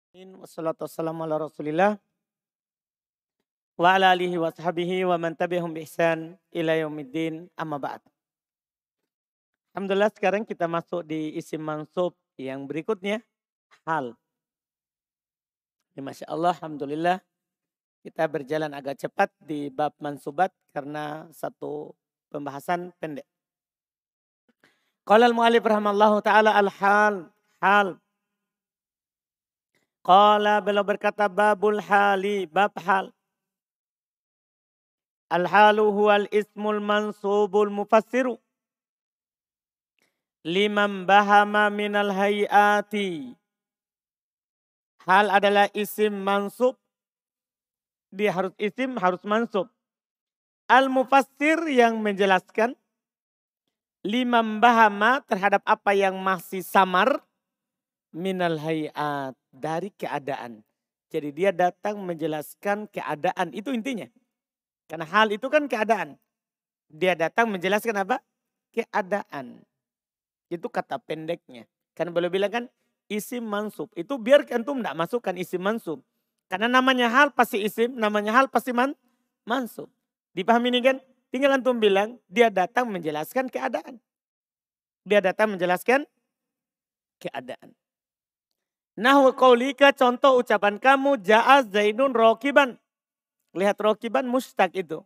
Wassalatu wassalamu ala rasulillah wa ala alihi wa sahbihi wa man tabi'ahum bi ihsan ila yaumiddin amma ba'd. Alhamdulillah sekarang kita masuk di isim mansub yang berikutnya, hal. Ya, Masya Allah, Alhamdulillah kita berjalan agak cepat di bab mansubat karena satu pembahasan pendek. Qala al-mu'allif rahimallahu ta'ala al-hal, hal. Qala beliau berkata babul hali, bab hal. Al-halu huwal ismul mansubul mufassiru liman bahama minal hayati. Hal adalah isim mansub. Dia harus isim, harus mansub. Al-mufassir yang menjelaskan. Liman bahama terhadap apa yang masih samar. Minal hayat, dari keadaan. Jadi dia datang menjelaskan keadaan, itu intinya. Karena hal itu kan keadaan. Dia datang menjelaskan apa? Keadaan. Itu kata pendeknya. Karena beliau bilang kan isim mansub. Itu biar antum tidak masukkan isim mansub. Karena namanya hal pasti isim, namanya hal pasti mansub. Dipahami ini kan? Tinggal antum bilang dia datang menjelaskan keadaan. Dia datang menjelaskan keadaan. Nahwu qaulika, contoh ucapan kamu, ja'a Zaidun rokiban. Lihat rokiban mustaq itu.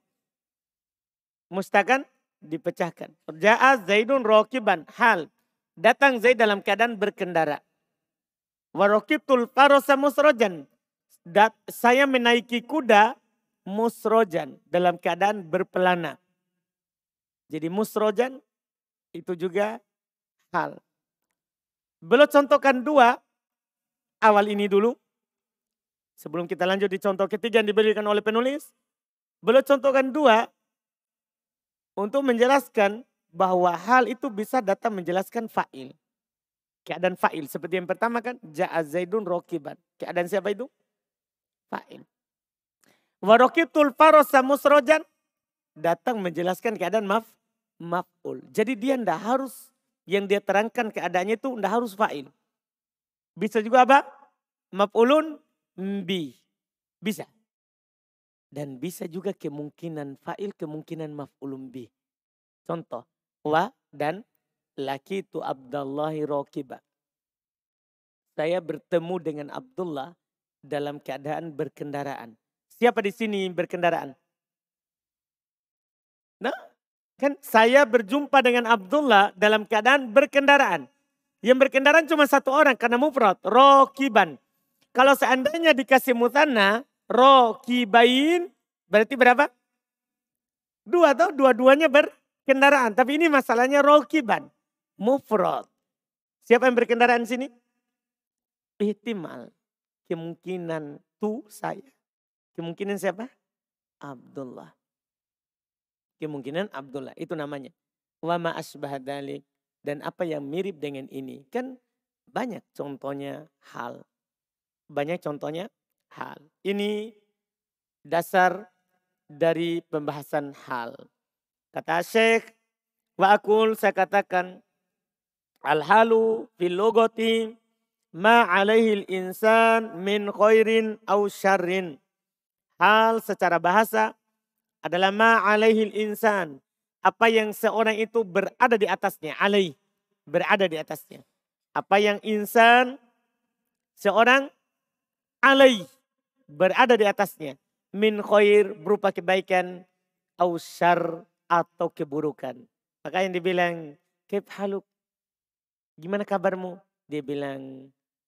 Mustaq kan dipecahkan. Ja'a Zaidun rokiban, hal. Datang Zaid dalam keadaan berkendara. Wa rokibtul farosa musrojan. Saya menaiki kuda musrojan, dalam keadaan berpelana. Jadi musrojan itu juga hal. Beliau contohkan dua. Awal ini dulu. Sebelum kita lanjut di contoh ketiga yang diberikan oleh penulis. Beliau contohkan dua. Untuk menjelaskan bahwa hal itu bisa datang menjelaskan fa'il. Keadaan fa'il. Seperti yang pertama kan. Ja'a Zaidun rokiban. Keadaan siapa itu? Fa'il. Wa rokibtul farosa musrojan. Datang menjelaskan keadaan maf'ul. Jadi dia tidak harus. Yang dia terangkan keadaannya itu tidak harus fa'il. Bisa juga apa? Maf'ulun bi. Bisa. Dan bisa juga kemungkinan fa'il, kemungkinan maf'ulun bi. Contoh. Wa dan lakitu Abdullahi rokiba. Saya bertemu dengan Abdullah dalam keadaan berkendaraan. Siapa di sini berkendaraan? Nah, kan saya berjumpa dengan Abdullah dalam keadaan berkendaraan. Yang berkendaraan cuma satu orang karena mufrad, rokiban. Kalau seandainya dikasih mutanna, rokibain, berarti berapa? Dua atau dua-duanya berkendaraan. Tapi ini masalahnya rokiban, mufrad. Siapa yang berkendaraan sini? Ihtimal, kemungkinan tu saya. Kemungkinan siapa? Abdullah. Kemungkinan Abdullah, itu namanya. Wa ma asbah dalik. Dan apa yang mirip dengan ini. Kan banyak contohnya hal. Banyak contohnya hal. Ini dasar dari pembahasan hal. Kata Syekh, wa akul, saya katakan, al-halu fil lugati ma alaihil insan min khairin au syarrin. Hal secara bahasa adalah ma alaihil insan. Apa yang seorang itu berada di atasnya. Alaih. Berada di atasnya. Apa yang insan, seorang alaih. Berada di atasnya. Min khair, berupa kebaikan. Au syar, atau keburukan. Maka yang dibilang, kaif haluk. Gimana kabarmu? Dia bilang,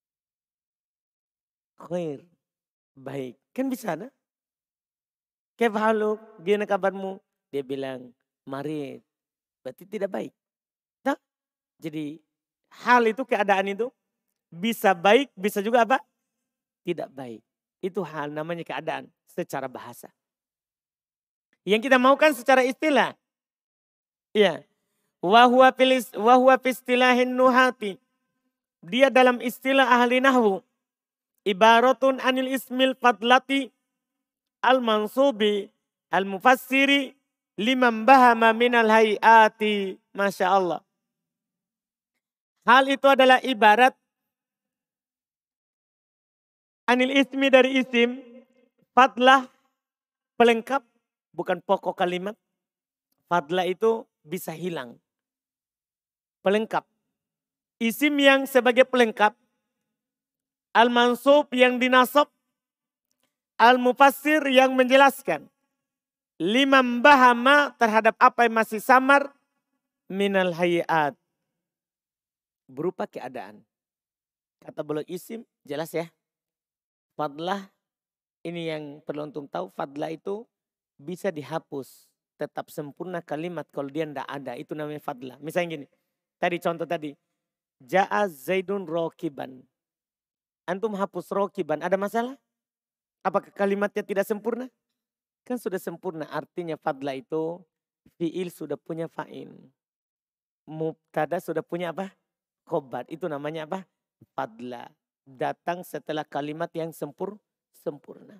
khair. Baik. Kan bisa, nah? Kaif haluk. Gimana kabarmu? Dia bilang, marid. Berarti tidak baik. Nah, jadi hal itu, keadaan itu bisa baik, bisa juga apa? Tidak baik. Itu hal, namanya keadaan secara bahasa. Yang kita maukan secara istilah. Ya. Wahuwa fistilahin nuhati. Dia dalam istilah ahli nahwu. Ibaratun anil ismil fadlati al-mansubi al-mufassiri liman bahama minal hayati. Masya Allah. Hal itu adalah ibarat Anil ismi dari isim. Fadlah pelengkap, bukan pokok kalimat. Fadlah itu bisa hilang. Pelengkap. Isim yang sebagai pelengkap. Al-mansub yang dinasab. Al-mufassir yang menjelaskan. Liman bahama terhadap apa yang masih samar. Minal hayat. Berupa keadaan. Kata beliau isim, jelas ya. Fadlah, ini yang perlu untuk tahu. Fadlah itu bisa dihapus. Tetap sempurna kalimat kalau dia tidak ada. Itu namanya fadlah. Misalnya gini. Tadi contoh tadi. Ja'a Zaidun rokiban. Antum hapus rokiban. Ada masalah? Apakah kalimatnya tidak sempurna? Kan sudah sempurna. Artinya fadlah itu. Fi'il sudah punya fa'il. Mubtada sudah punya apa? Khobar. Itu namanya apa? Fadlah. Datang setelah kalimat yang sempurna.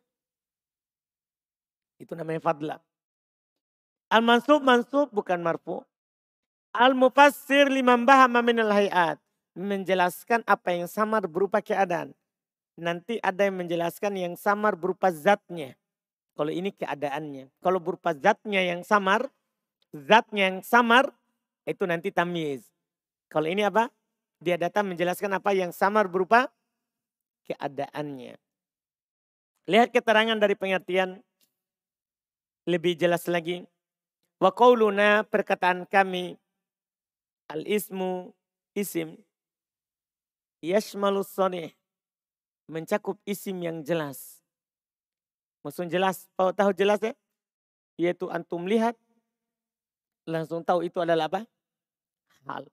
Itu namanya fadlah. Al-mansub, mansub bukan marfu. Al-mufassir liman bahama minal hayat. Menjelaskan apa yang samar berupa keadaan. Nanti ada yang menjelaskan yang samar berupa zatnya. Kalau ini keadaannya. Kalau berupa zatnya yang samar. Zatnya yang samar. Itu nanti tamyiz. Kalau ini apa? Dia datang menjelaskan apa yang samar berupa keadaannya. Lihat keterangan dari pengertian. Lebih jelas lagi. Wa qauluna perkataan kami. Al-ismu isim. Yashmalus sonih. Mencakup isim yang jelas. Maksudnya jelas. Tahu jelas ya? Yaitu antum lihat. Langsung tahu itu adalah apa? Hal.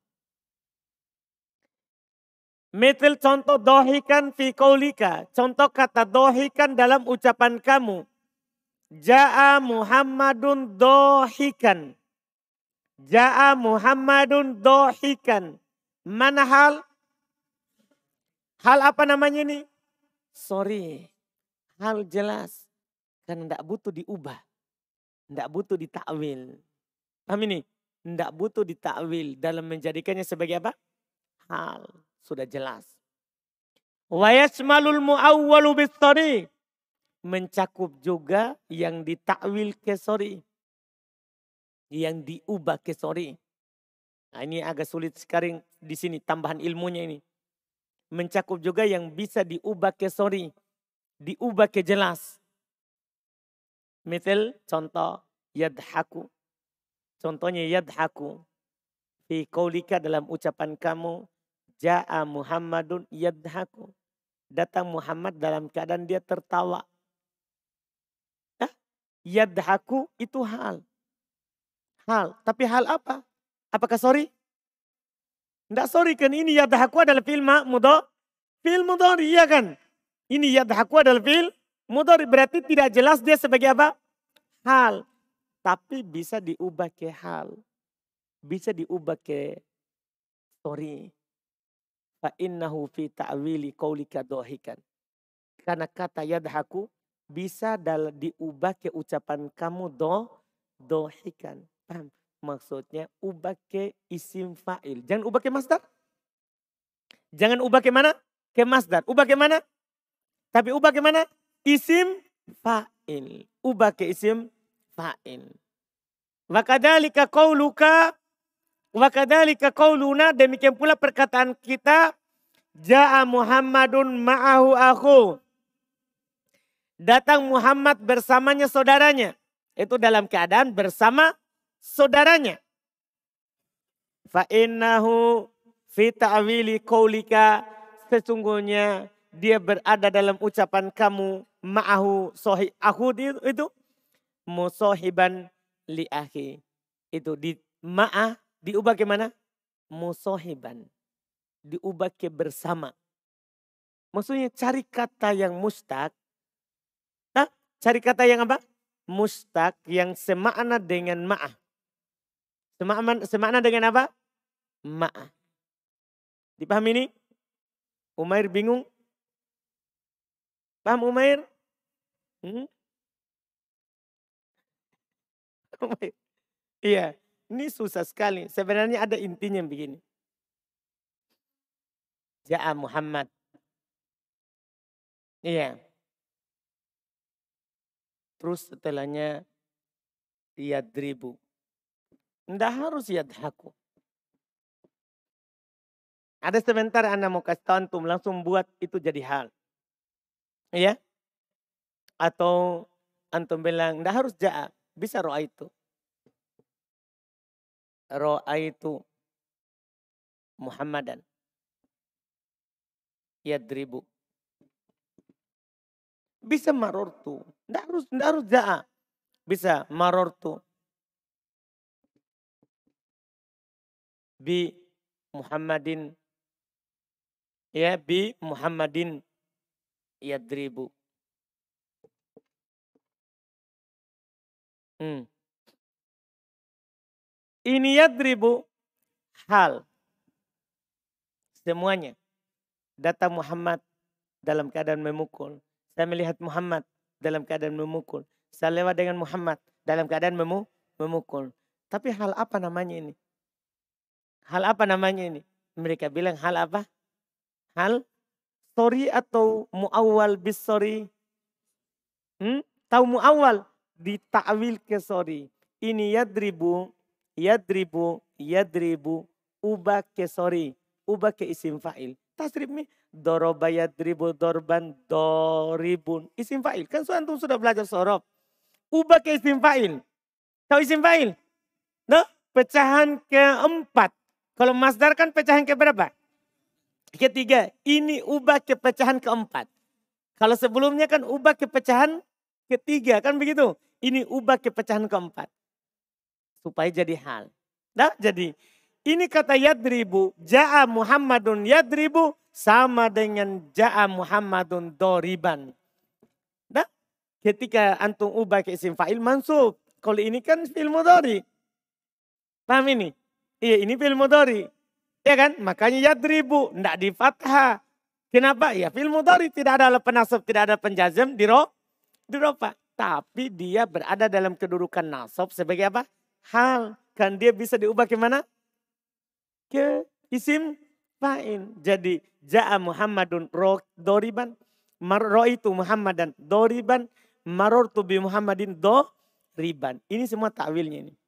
Metel contoh dohikan fi qaulika. Contoh kata dohikan dalam ucapan kamu. Ja'a Muhammadun dohikan. Ja'a Muhammadun dohikan. Mana hal? Hal apa namanya ini? Sorry. Hal jelas. Karena tidak butuh diubah. Tidak butuh ditakwil. Paham ini? Tidak butuh ditakwil. Dalam menjadikannya sebagai apa? Hal. Sudah jelas. Wa yashmalul mu'awwalu bis-sorry. Mencakup juga yang ditakwil ke sorry. Yang diubah ke sorry. Nah, ini agak sulit sekarang di sini tambahan ilmunya ini. Mencakup juga yang bisa diubah ke sorry. Diubah ke jelas. Misal contoh yadhaku. Contohnya yadhaku. Fi qaulika dalam ucapan kamu. Ja'a Muhammadun yadhaku. Datang Muhammad dalam keadaan dia tertawa. Yadhaku itu hal. Hal. Tapi hal apa? Apakah sorry? Tidak sorry kan ini yadhaku adalah fi'il mudhari. Fi'il mudhari iya kan? Ini yadhaku adalah fi'il mudhari. Berarti tidak jelas dia sebagai apa? Hal. Tapi bisa diubah ke hal. Bisa diubah ke sorry. Fa innahu fi ta'wili qaulika dohikan. Karena kata yadhaku bisa diubah ke ucapan kamu dohikan. Paham? Maksudnya ubah ke isim fa'il. Jangan ubah ke masdar. Jangan ubah ke mana? Ke masdar. Ubah ke mana? Tapi ubah ke mana? Isim fa'il. Ubah ke isim fa'il. Wa kadzalika qauluka wa kadzalika qauluna, demikian pula perkataan kita. Ja'a Muhammadun ma'ahu akhu. Datang Muhammad bersamanya saudaranya. Itu dalam keadaan bersama saudaranya. Fa innahu fi ta'wili qaulika, sesungguhnya dia berada dalam ucapan kamu ma'ahu sohi aku itu musohiban li akhi. Itu di ma'ah diubah ke mana? Musohiban. Diubah ke bersama. Maksudnya cari kata yang mustaq. Nah, cari kata yang apa? Mustaq yang semakna dengan ma'ah. Semakna dengan apa? Ma'ah. Dipahami ini? Umair bingung? Paham Umair? Umair? Iya, ini susah sekali. Sebenarnya ada intinya begini. Ja'a Muhammad. Iya. Terus setelahnya yadribu. Nggak harus yadhaku. Ada sebentar Anda mau kasih tahu antum langsung buat itu jadi hal. Iya. Atau antum bilang nggak harus ja'a. Bisa ro'a itu. Ro'a itu Muhammadan. Yadribu. Bisa marortu. Nggak harus ja'a. Bisa marortu. Bi Muhammadin. Ya, bi Muhammadin yadribu. Ini yadribu hal. Semuanya. Datang Muhammad dalam keadaan memukul. Saya melihat Muhammad dalam keadaan memukul. Saya lewat dengan Muhammad dalam keadaan memukul. Tapi hal apa namanya ini? Hal apa namanya ini? Mereka bilang hal apa? Hal sorry atau mu'awwal bis sorry? Tahu mu'awwal? Ditakwil ke sorry. Ini yadribu, ubah ke sorry. Ubah ke isim fa'il. Tasrif nih. Doroba yadribu dorban doribun. Isim fa'il. Kan antum sudah belajar sorob. Ubah ke isim fa'il. Tahu isim fa'il? Nah, pecahan keempat. Kalau masdar kan pecahan ke berapa? Ketiga. Ini ubah ke pecahan keempat. Kalau sebelumnya kan ubah ke pecahan ketiga. Kan begitu? Ini ubah ke pecahan keempat. Supaya jadi hal. Nah, jadi ini kata yadribu. Ja'a Muhammadun yadribu. Sama dengan ja'a Muhammadun doriban. Nah, ketika antum ubah ke isim fa'il mansub. Kalau ini kan fi'il mudhari. Paham ini? Iya, ini fi'il mudhari. Ya kan? Makanya yadribu. Tidak di fathah. Kenapa? Ya fi'il mudhari tidak ada penasab, tidak ada penjazam di rofa. Tapi dia berada dalam kedudukan nasab sebagai apa? Hal. Kan dia bisa diubah ke mana? Ke isim fa'il. Jadi ja'a Muhammadun doriban. Ro'itu Muhammadan doriban. Marortu bi Muhammadin doriban. Ini semua takwilnya ini.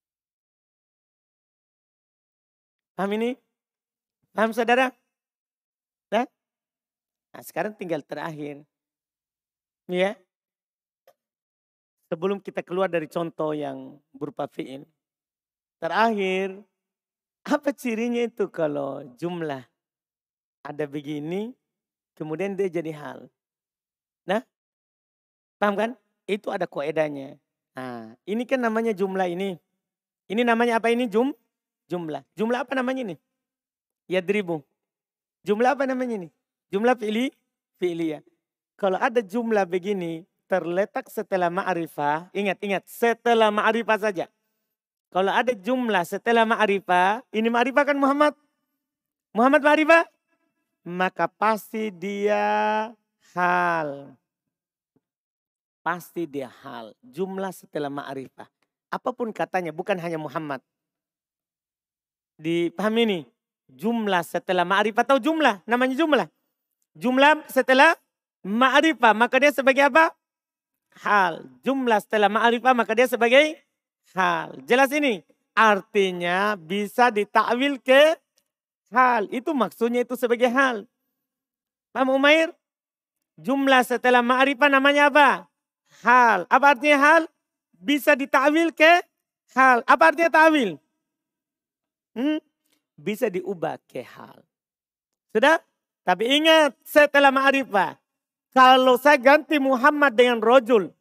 Paham ini? Paham saudara? Nah, sekarang tinggal terakhir. Ya. Sebelum kita keluar dari contoh yang berupa fi'il. Terakhir, apa cirinya itu kalau jumlah ada begini, kemudian dia jadi hal. Nah, paham kan? Itu ada kaedahnya. Nah, ini kan namanya jumlah ini. Ini namanya apa ini? Jumlah. Jumlah apa namanya ini? Yadribu. Jumlah apa namanya ini? Jumlah fi'liyah. Kalau ada jumlah begini, terletak setelah ma'rifah. Ingat, setelah ma'rifah saja. Kalau ada jumlah setelah ma'rifah, ini ma'rifah kan Muhammad. Muhammad ma'rifah, maka pasti dia hal. Pasti dia hal. Jumlah setelah ma'rifah. Apapun katanya, bukan hanya Muhammad. Dipahami ini? Jumlah setelah ma'rifah atau jumlah, namanya jumlah. Jumlah setelah ma'rifah, maka dia sebagai apa? Hal. Jumlah setelah ma'rifah, maka dia sebagai hal. Jelas ini? Artinya bisa ditakwil ke hal. Itu maksudnya itu sebagai hal. Paham Umair? Jumlah setelah ma'rifah namanya apa? Hal. Apa artinya hal? Bisa ditakwil ke hal. Apa artinya takwil? Bisa diubah ke hal. Sudah? Tapi ingat setelah ma'rifah. Kalau saya ganti Muhammad dengan rojul.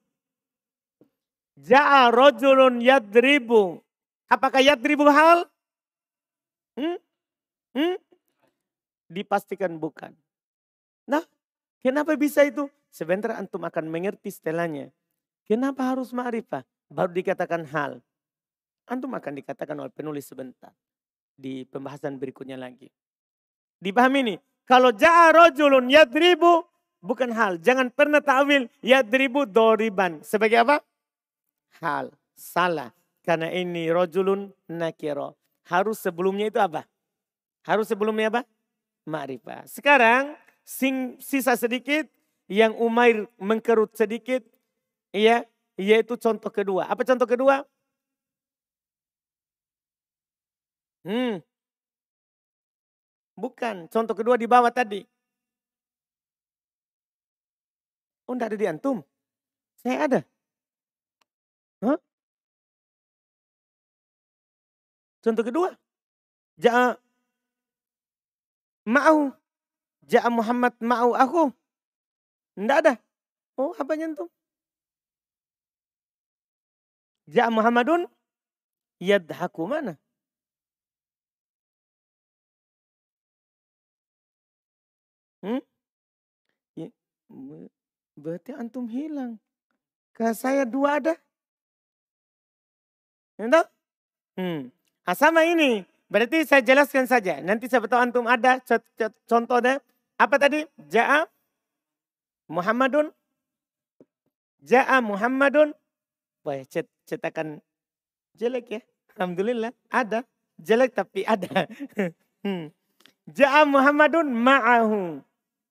Ja'a rojulun yadribu. Apakah yadribu hal? Dipastikan bukan. Nah, kenapa bisa itu? Sebentar antum akan mengerti setelahnya. Kenapa harus ma'rifah? Baru dikatakan hal. Antum akan dikatakan oleh penulis sebentar. Di pembahasan berikutnya lagi. Dipahami ini. Kalau ja'a rojulun yadribu. Bukan hal. Jangan pernah ta'wil yadribu doriban. Sebagai apa? Hal. Salah. Karena ini rojulun nakiro. Harus sebelumnya itu apa? Harus sebelumnya apa? Ma'rifah. Sekarang sisa sedikit. yang Umair mengkerut sedikit, ya, yaitu contoh kedua. Apa contoh kedua? Bukan, contoh kedua di bawah tadi. Oh, enggak ada di antum. Saya ada. Hah? Contoh kedua. Ja'a ma'ahu. Ja'a Muhammad ma'ahu aku. Enggak ada. Oh, apanya antum? Ja'a Muhammadun yadhaku mana? Ya, berarti antum hilang. Ke saya dua ada. Entah? Sama ini. Berarti saya jelaskan saja. Nanti siapa tahu antum ada contohnya. Apa tadi? Ja'a Muhammadun. Ja'a Muhammadun. Wah, cetakan jelek ya. Alhamdulillah ada. Jelek tapi ada. Ja'a Muhammadun ma'ahu.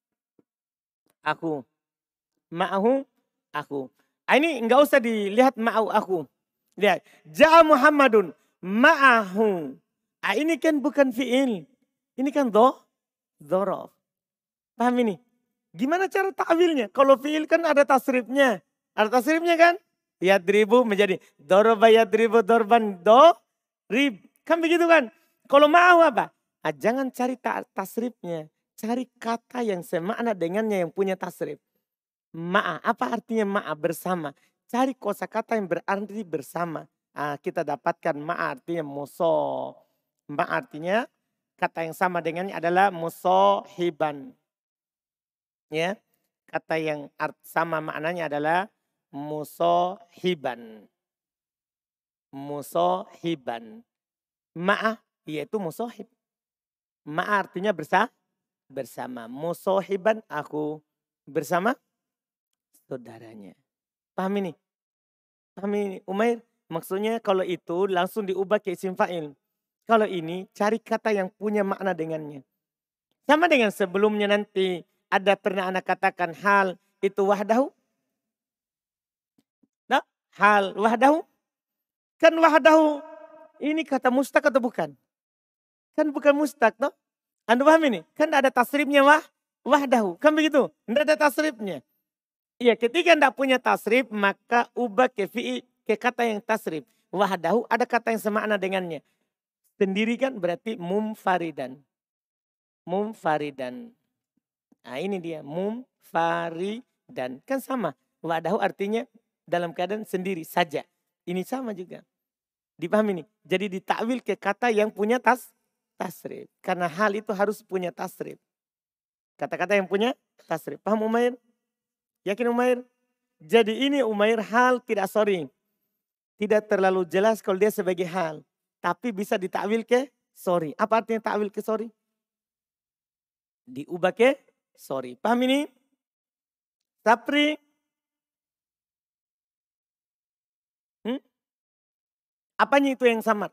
Aku. Ma'ahu aku. Ini enggak usah dilihat ma'ahu aku. Lihat. Ja'a Muhammadun ma'ahu. Ini kan bukan fi'il. Ini kan dhorof. Paham ini? Gimana cara ta'wilnya? Kalau fi'il kan ada tasrifnya. Ada tasrifnya kan? Yadribu menjadi doroba yadribu dorban rib. Kan begitu kan? Kalau ma'ahu apa? Jangan cari tasrifnya. Cari kata yang semakna dengannya yang punya tasrif. Ma'a. Apa artinya ma'a? Bersama. Cari kosakata yang berarti bersama. Kita dapatkan ma'a artinya muso. Ma'a artinya kata yang sama dengannya adalah musohiban. Ya. Kata yang sama maknanya adalah musohiban. Musohiban. Ma'a yaitu musohib. Ma'a artinya bersama. Musohiban aku bersama saudaranya. Paham ini? Paham ini Umair? Maksudnya kalau itu langsung diubah ke isim fa'il. Kalau ini cari kata yang punya makna dengannya. Sama dengan sebelumnya nanti ada pernah anak katakan hal itu wahdahu. Nah, hal wahdahu. Kan wahdahu ini kata mustaq atau bukan? Kan bukan mustaq toh. Anda paham ini? Kan ada tasrifnya wahdahu. Kan begitu? Tidak ada tasrifnya. Iya, ketika tidak punya tasrif maka ubah ke kata yang tasrif. Wahdahu ada kata yang semakna dengannya. Sendiri kan berarti mumfaridan. Mumfaridan. Ini dia mumfaridan. Kan sama. Wahdahu artinya dalam keadaan sendiri saja. Ini sama juga. Dipahami ini? Jadi ditakwil ke kata yang punya tasrif. Karena hal itu harus punya tasrif. Kata-kata yang punya tasrif. Paham Umair? Yakin Umair? Jadi ini Umair hal tidak sorry. Tidak terlalu jelas kalau dia sebagai hal. Tapi bisa ditakwil ke sorry. Apa artinya takwil ke sorry? Diubah ke sorry. Paham ini? Sapri? Apanya itu yang samar?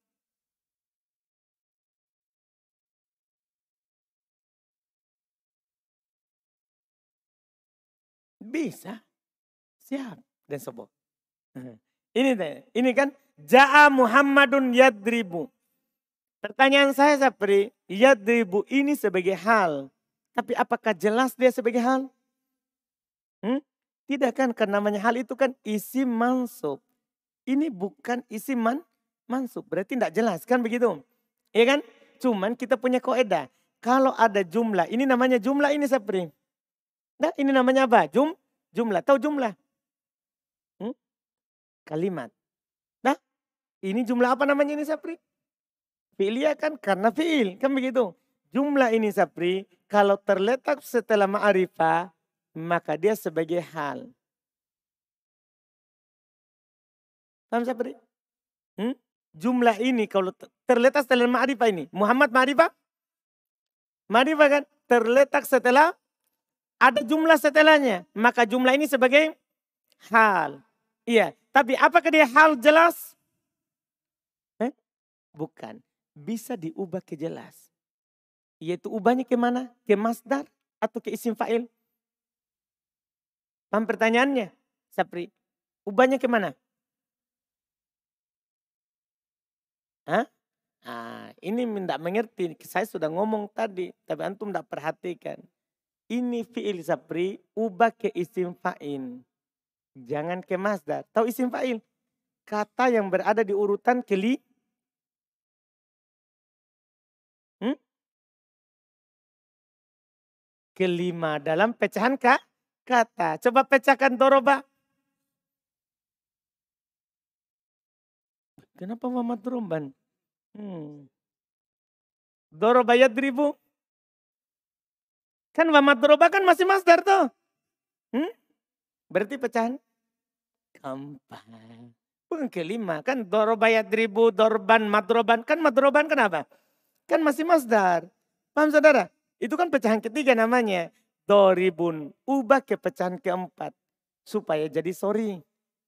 Bisa. Siap. Dan sobo. Ini kan. Ja'a Muhammadun yadribu. Pertanyaan saya seperti yadribu ini sebagai hal. Tapi apakah jelas dia sebagai hal? Tidak kan. Karena namanya hal itu kan isim mansub. Ini bukan isim mansub. Berarti tidak jelas kan begitu. Iya kan? Cuman kita punya kaidah. Kalau ada jumlah. Ini namanya jumlah ini seperti. Nah ini namanya apa? Jumlah. Tahu jumlah? Kalimat. Nah ini jumlah apa namanya ini Sapri? Fi'liyah kan karena fi'il. Kan begitu. Jumlah ini Sapri. Kalau terletak setelah ma'rifah. Maka dia sebagai hal. Paham Sapri? Jumlah ini kalau terletak setelah ma'rifah ini. Muhammad ma'rifah? Ma'rifah kan? Terletak setelah ada jumlah setelahnya. Maka jumlah ini sebagai hal. Iya. Tapi apakah dia hal jelas? Bukan. Bisa diubah ke jelas. Yaitu ubahnya ke mana? Ke masdar atau ke isim fa'il? Paham pertanyaannya? Sapri. Ubahnya kemana? Hah? Ini tidak mengerti. Saya sudah ngomong tadi. Tapi antum tidak perhatikan. Ini fi'il sapri. Ubah ke isim fa'il. Jangan ke masdar. Tahu isim fa'il? Kata yang berada di urutan kelima dalam pecahan kata. Coba pecahkan doroba. Kenapa Muhammad Romban? Doroba yadribu. Kan Muhammad Doroba kan masih masdar tuh. Berarti pecahan keempat. Bukan kelima. Kan doroba yadribu, dorban, madroban. Kan madroban kenapa? Kan masih masdar. Paham saudara? Itu kan pecahan ketiga namanya. Doribun. Ubah ke pecahan keempat. Supaya jadi sorry.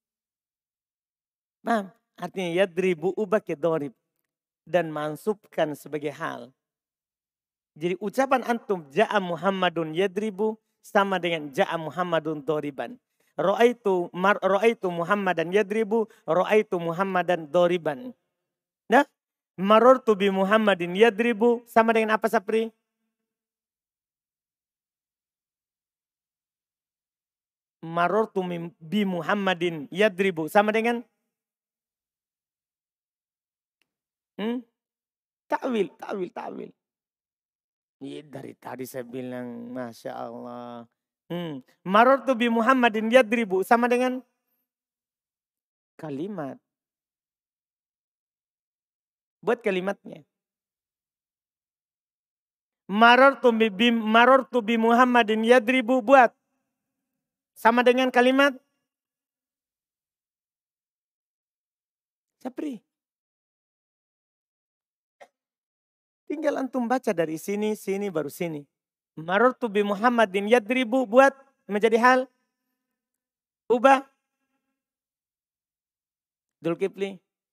Paham? Artinya yadribu ubah ke dorib. Dan mansubkan sebagai hal. Jadi ucapan antum ja'a Muhammadun yadribu sama dengan ja'a Muhammadun doriban. Ra'aitu Muhammadan yadribu, ra'aitu Muhammadan doriban. Nah, marortu bi Muhammadin yadribu sama dengan apa Sapri? Marortu bi Muhammadin yadribu sama dengan ta'wil. Iya, dari tadi saya bilang Masya Allah. Marortu bi Muhammadin yadribu sama dengan kalimat. Buat kalimatnya. Marortu bi Muhammadin yadribu buat. Sama dengan kalimat. Sapri. Tinggal antum baca dari sini, baru sini. Marortu bi Muhammadin yadribu buat menjadi hal. Ubah. Dzulkifli.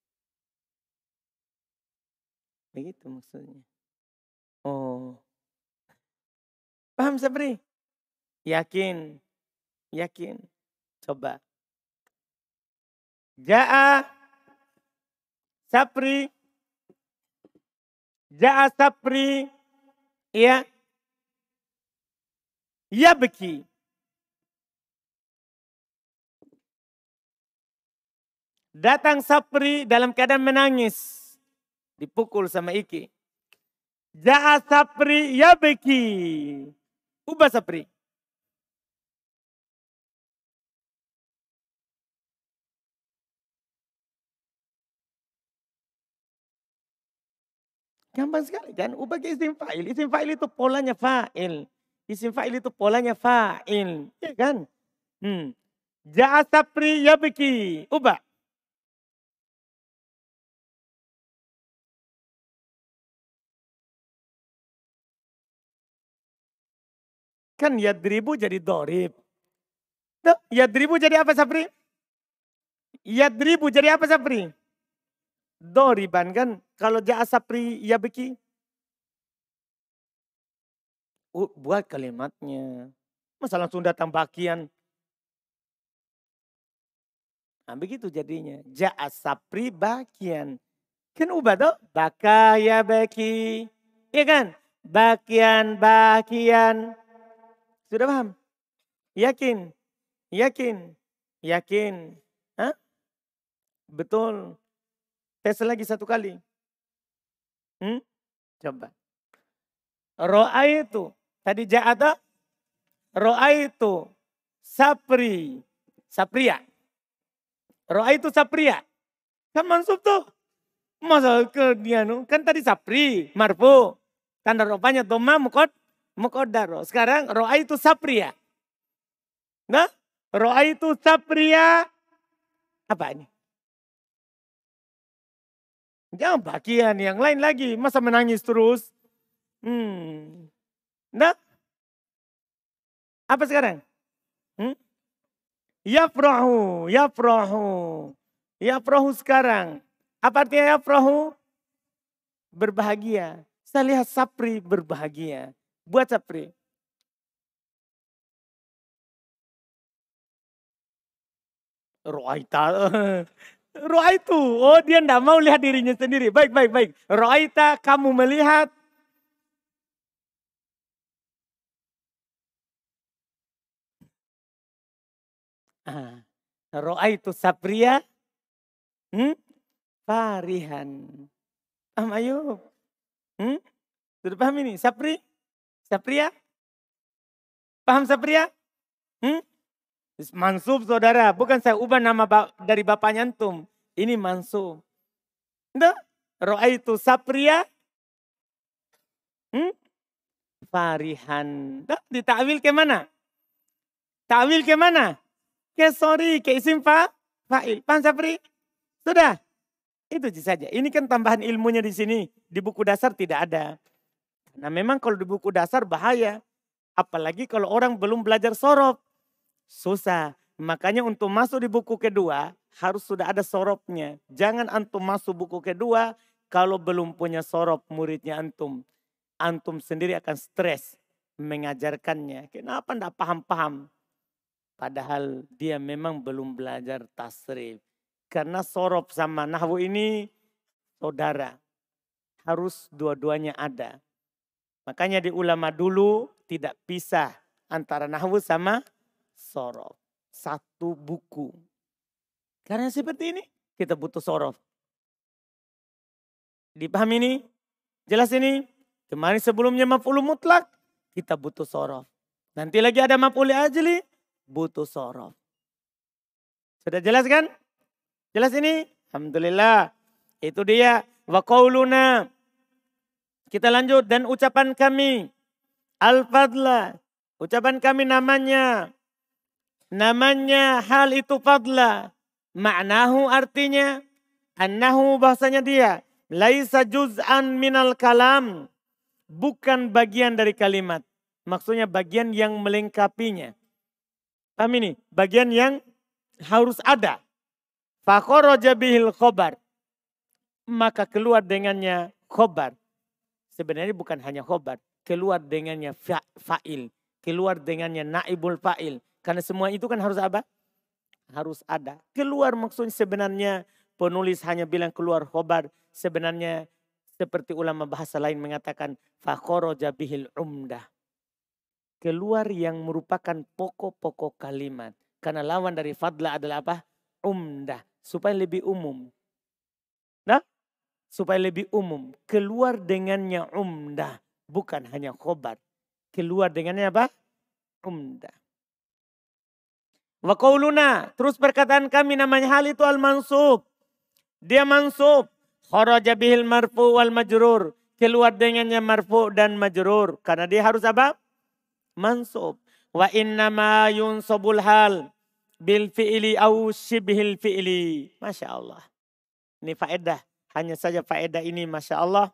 Begitu maksudnya. Oh. Paham Sapri? Yakin. Coba. Ja'a Sapri. Ya. Yabki. Datang Sapri dalam keadaan menangis. Dipukul sama Iki. Ja'a Sapri yabki. Ubah Sapri. Gampang sekali kan. Ubah ke isim fa'il. Isim fa'il itu polanya fa'il. Ya kan? Ja'a Sapri yabki. Ubah. Kan yadribu jadi dorib. Yadribu jadi apa Sapri? Doriban kan. Kalau ja'a Sapri yabki. Buat kalimatnya. Masa langsung datang bakian. Nah begitu jadinya. Ja'a Sapri bakian. Kan ubah tuh. Baka yabki. Iya kan? Bakian. Sudah paham? Yakin. Hah? Betul. Tes lagi satu kali. Coba. Ro'aitu. Tadi ja'ata. Ro'aitu. Sapria. Ro'aitu sapria. Kan mansub tuh. Masa ke dia kan tadi sapri. Marfu. Tanda rupanya doma mukodaro. Sekarang ro'aitu sapria. Nah. Ro'aitu sapria. Apa ini? Jangan bagian yang lain lagi. Masa menangis terus? Nah. Apa sekarang? Yafrahu. Yafrahu sekarang. Apa artinya yafrahu? Berbahagia. Saya lihat Sapri berbahagia. Buat Sapri. Ro'aita. Ro'aitu. Oh dia tidak mau lihat dirinya sendiri. Baik, baik, baik. Ro'aita kamu melihat. Ro'aitu sapria. Farihan. Paham Ayub? Sudah paham ini? Sapria? Paham sapria? Mansub saudara. Bukan saya ubah nama dari bapaknya antum. Ini mansub. Ro'aitu sapria. Farihan. Ditakwil ke mana? Takwil ke mana? Ke isim fa'il. Paham sapri? Sudah. Itu saja. Ini kan tambahan ilmunya di sini. Di buku dasar tidak ada. Nah memang kalau di buku dasar bahaya. Apalagi kalau orang belum belajar sorof. Susah. Makanya untuk masuk di buku kedua harus sudah ada sorofnya. Jangan antum masuk buku kedua kalau belum punya sorof muridnya antum. Antum sendiri akan stres mengajarkannya. Kenapa tidak paham-paham? Padahal dia memang belum belajar tasrif. Karena sorof sama nahwu ini saudara. Harus dua-duanya ada. Makanya di ulama dulu tidak pisah antara nahwu sama sorof. Satu buku. Karena seperti ini kita butuh sorof. Dipahami ini? Jelas ini? Kemarin sebelumnya maf'ul mutlak kita butuh sorof. Nanti lagi ada maf'ul ajli butuh sorof. Sudah jelas kan? Jelas ini? Alhamdulillah. Itu dia. Wa qauluna. Kita lanjut. Dan ucapan kami. Al-fadla. Ucapan kami namanya. Namanya hal itu fadla. Ma'nahu artinya. Annahu bahasanya dia. Laisa juz'an minal kalam. Bukan bagian dari kalimat. Maksudnya bagian yang melengkapinya. Paham ini? Bagian yang harus ada. Fakharaja bihil khobar. Maka keluar dengannya khobar. Sebenarnya bukan hanya khobar. Keluar dengannya fa'il. Keluar dengannya naibul fa'il. Karena semua itu kan harus apa? Harus ada. Keluar maksudnya sebenarnya penulis hanya bilang keluar khobar. Sebenarnya seperti ulama bahasa lain mengatakan fakharaja bihil umdah. Keluar yang merupakan pokok-pokok kalimat. Karena lawan dari fadla adalah apa? Umdah. Supaya lebih umum. Nah, supaya lebih umum. Keluar dengannya umdah. Bukan hanya khobar. Keluar dengannya apa? Umdah. Wa qauluna. Terus perkataan kami namanya hal itu al-mansub. Dia mansub. Kharaja bihil marfu wal majrur. Keluar dengannya marfu dan majrur. Karena dia harus apa? Mansub. Wa innama yunsabul hal. Bil fi'li au shibhil fi'li. Masya Allah. Ini faedah. Hanya saja faedah ini Masya Allah.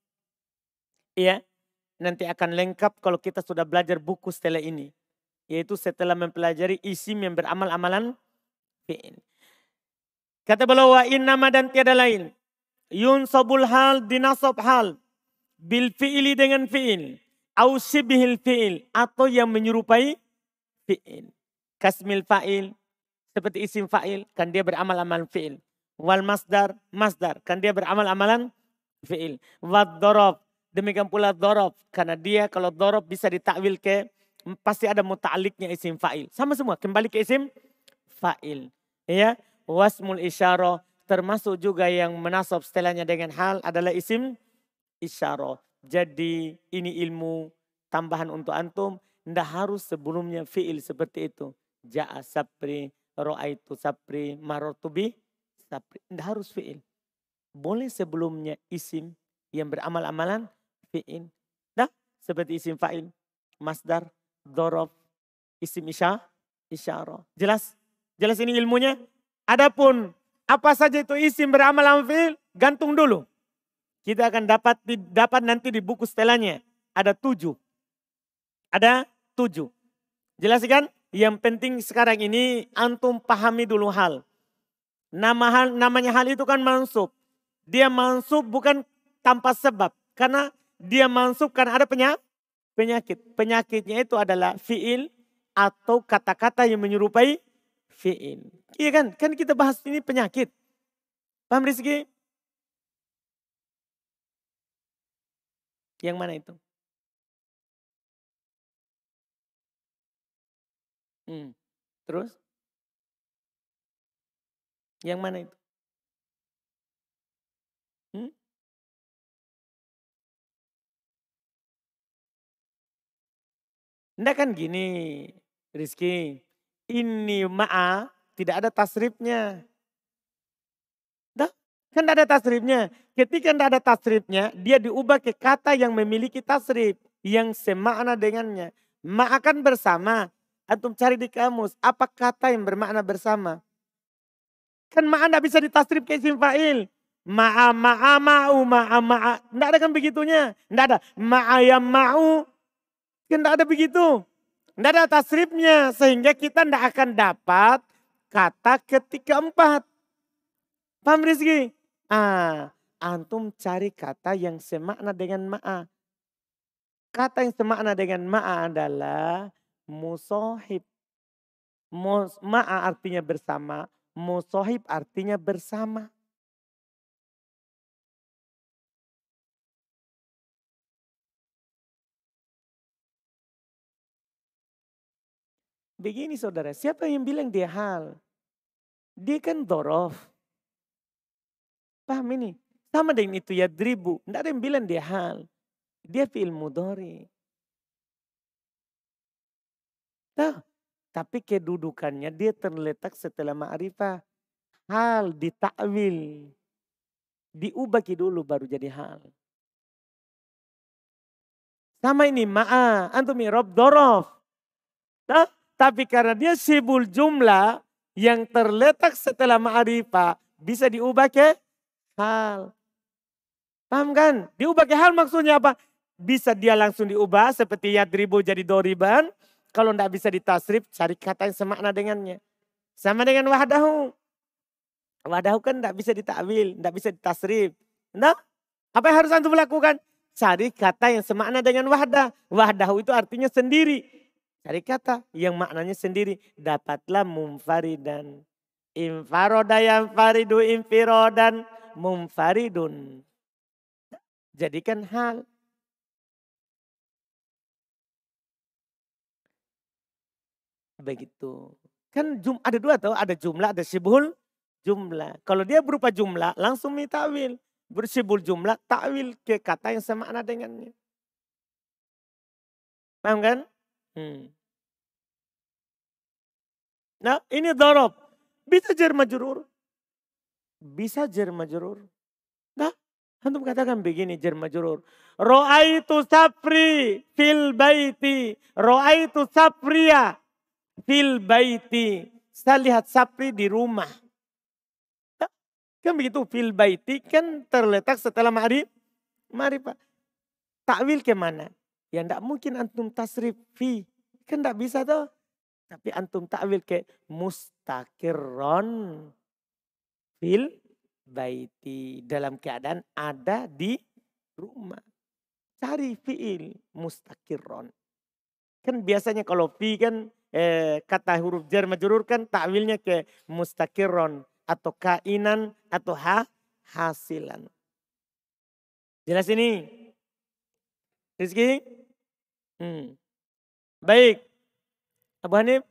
Iya. Nanti akan lengkap kalau kita sudah belajar buku setelah ini. Yaitu setelah mempelajari isim yang beramal amalan fi'il. Kata beliau wa innama dan tiada lain. Yunsabul hal dinasab hal. Bil fi'li dengan fi'il. Au shibhil fi'il. Atau yang menyerupai fi'il. Kasmil fa'il, seperti isim fa'il, kan dia beramal amalan fi'il. Wal masdar, kan dia beramal amalan fi'il. Wad dorob, demikian pula dorob, karena dia kalau dorob bisa ditakwil ke, pasti ada muta'aliknya isim fa'il. Sama semua, kembali ke isim fa'il. Ya, wasmul isyarah, termasuk juga yang menasab setelahnya dengan hal adalah isim isyarah. Jadi ini ilmu tambahan untuk antum, tidak harus sebelumnya fi'il seperti itu. Ja'a sapri, ro'aitu sapri, marotubi sapri. Tidak harus fi'il. Boleh sebelumnya isim yang beramal amalan fi'il. Nah, seperti isim fa'il, masdar, dhorof, isim isyarah. Jelas? Jelas ini ilmunya? Adapun apa saja itu isim beramal amalan fi'il, gantung dulu. Kita akan dapat nanti di buku setelahnya. Ada 7. Ada 7. Jelas kan? Yang penting sekarang ini antum pahami dulu hal. Namanya hal itu kan mansub. Dia mansub bukan tanpa sebab. Karena dia mansub karena ada penyakit. Penyakitnya itu adalah fi'il atau kata-kata yang menyerupai fi'il. Iya kan? Kan kita bahas ini penyakit. Paham Rizky? Yang mana itu? Terus? Yang mana itu? Enggak kan gini, Rizky. Ini ma'a tidak ada tasrifnya. Dah, kan tidak ada tasrifnya. Ketika tidak ada tasrifnya, dia diubah ke kata yang memiliki tasrif. Yang semakna dengannya. Ma'a kan bersama. Antum cari di kamus, apa kata yang bermakna bersama? Kan ma'a tidak bisa ditasrif ke isim fa'il. Ma'a, ma'a, ma'u, ma'a, ma'a. Tidak ada kan begitunya. Tidak ada. Ma'a yang ma'u. Kan tidak ada begitu. Tidak ada tasrifnya. Sehingga kita tidak akan dapat kata ketika empat. Paham Rizky? Antum cari kata yang semakna dengan ma'a. Kata yang semakna dengan ma'a adalah musohib. Ma'a artinya bersama. Musohib artinya bersama. Begini saudara, siapa yang bilang dia hal? Dia kan dorof. Paham ini? Sama dengan itu ya dribu. Tidak ada yang bilang dia hal. Dia fi'il mudhari. Tapi kedudukannya dia terletak setelah ma'rifah. Hal ditakwil. Diubah dulu baru jadi hal. Sama ini ma'a. Antum irob dorof. Tapi karena dia sibul jumlah yang terletak setelah ma'rifah bisa diubah ke hal. Paham kan? Diubah ke hal maksudnya apa? Bisa dia langsung diubah seperti yadribu jadi doriban. Kalau tidak bisa ditasrif cari kata yang semakna dengannya. Sama dengan wahdahu. Wahdahu kan tidak bisa ditakwil, tidak bisa ditasrif. Nah, apa yang harus antum lakukan? Cari kata yang semakna dengan wahdah. Wahdahu itu artinya sendiri. Cari kata yang maknanya sendiri. Dapatlah mumfaridan. Infaroda yang faridu infirodan mumfaridun. Jadikan hal. Begitu. Kan ada dua tuh. Ada jumlah, ada sibul jumlah. Kalau dia berupa jumlah langsung mitawil. Bersibul jumlah takwil ke kata yang semakna dengannya. Paham kan? Nah ini dorob. Bisa jar majrur. Bisa jar majrur. Nah antum katakan begini jar majrur. Ro'aitu safri fil baiti. Ro'aitu safriya fil baiti. Saya lihat sapri di rumah. Nah, kan begitu fil baiti kan terletak setelah ma'rifah. Takwil kemana? Ya tidak mungkin antum tasrif fi. Kan tidak bisa tuh. Tapi antum takwil ke mustakirron fil baiti. Dalam keadaan ada di rumah. Cari fi'il mustakirron. Kan biasanya kalau fi kan kata huruf jar majrur kan takwilnya ke mustakirron. Atau kainan atau hasilan. Jelas ini? Rizky? Baik. Abu Hanif?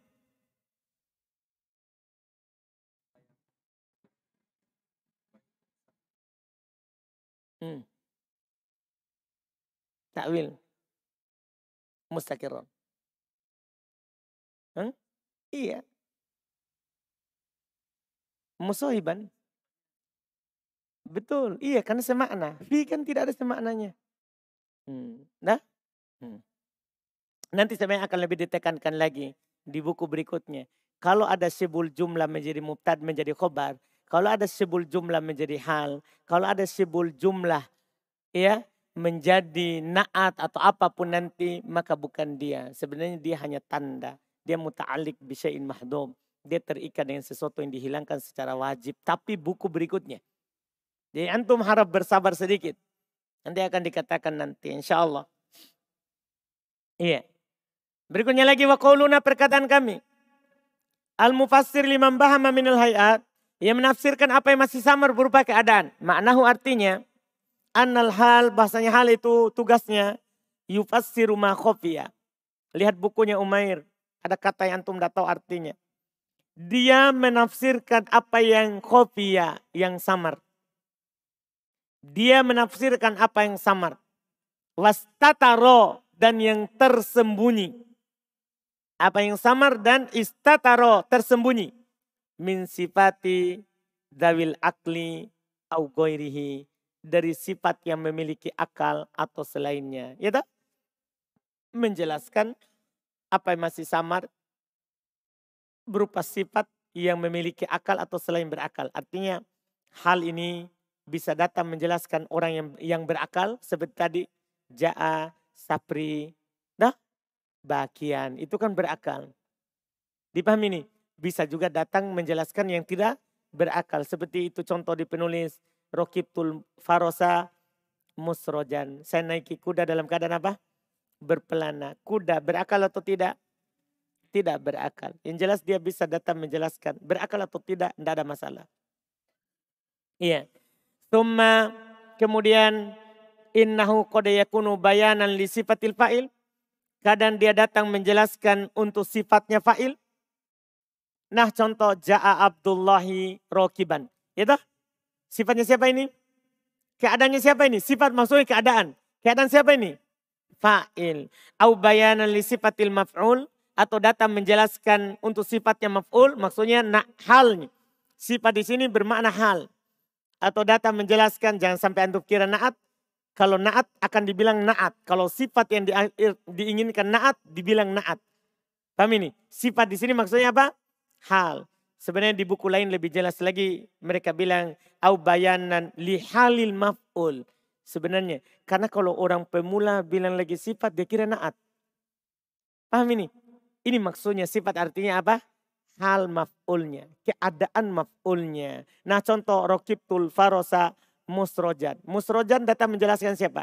Takwil. Mustakirron. Iya. Musohiban. Betul. Iya karena semakna. Fi kan tidak ada semaknanya. Nah. Nanti saya akan lebih ditekankan lagi di buku berikutnya. Kalau ada sibul jumlah menjadi mubtad menjadi khobar. Kalau ada sibul jumlah menjadi hal. Kalau ada sibul jumlah ya menjadi naat atau apapun nanti maka bukan dia. Sebenarnya dia hanya tanda. Dia muta'alik bisya'in mahdum. Dia terikat dengan sesuatu yang dihilangkan secara wajib. Tapi buku berikutnya. Jadi antum harap bersabar sedikit. Nanti akan dikatakan nanti insya Allah. Iya. Berikutnya lagi wa qauluna perkataan kami. Al-mufassir liman bahama minal hayat. Yang menafsirkan apa yang masih samar berupa keadaan. Maknahu artinya. Annal hal, bahasanya hal itu tugasnya. Yufassiru ma khofiya. Lihat bukunya Umair. Ada kata yang antum tidak tahu artinya. Dia menafsirkan apa yang khofiya, yang samar. Dia menafsirkan apa yang samar. Wastataro, dan yang tersembunyi. Apa yang samar dan istataro, tersembunyi. Min sifati dawil akli au goirihi. Dari sifat yang memiliki akal atau selainnya. Ya tak? Menjelaskan apa yang masih samar. Berupa sifat yang memiliki akal atau selain berakal. Artinya hal ini bisa datang menjelaskan orang yang berakal. Seperti tadi. Ja'a, sapri, dah, bakian. Itu kan berakal. Dipahami nih? Bisa juga datang menjelaskan yang tidak berakal. Seperti itu contoh di penulis. Rokibtul farosa musrojan. Saya naiki kuda dalam keadaan apa? Berpelana. Kuda berakal atau tidak? Tidak berakal. Yang jelas dia bisa datang menjelaskan. Berakal atau tidak? Tidak ada masalah. Iya. Thumma kemudian innahu qad yakunu bayanan li sifatil fa'il. Kadang dia datang menjelaskan untuk sifatnya fa'il. Nah contoh ja'a Abdullahi rokiban. Ya toh? Sifatnya siapa ini? Keadaannya siapa ini? Sifat maksudnya keadaan. Keadaan siapa ini? Fa'il. Au bayanan li sifatil maf'ul. Atau datang menjelaskan untuk sifatnya maf'ul. Maksudnya halnya. Sifat di sini bermakna hal. Atau datang menjelaskan, jangan sampai antum kira na'at. Kalau na'at akan dibilang na'at. Kalau sifat yang diinginkan na'at, dibilang na'at. Paham ini? Sifat di sini maksudnya apa? Hal. Sebenarnya di buku lain lebih jelas lagi. Mereka bilang, au bayanan lihalil maf'ul. Sebenarnya, karena kalau orang pemula bilang lagi sifat, dia kira na'at. Paham ini? Ini maksudnya sifat artinya apa? Hal maf'ulnya, keadaan maf'ulnya. Nah contoh rokibtul farosa musrojan. Musrojan datang menjelaskan siapa?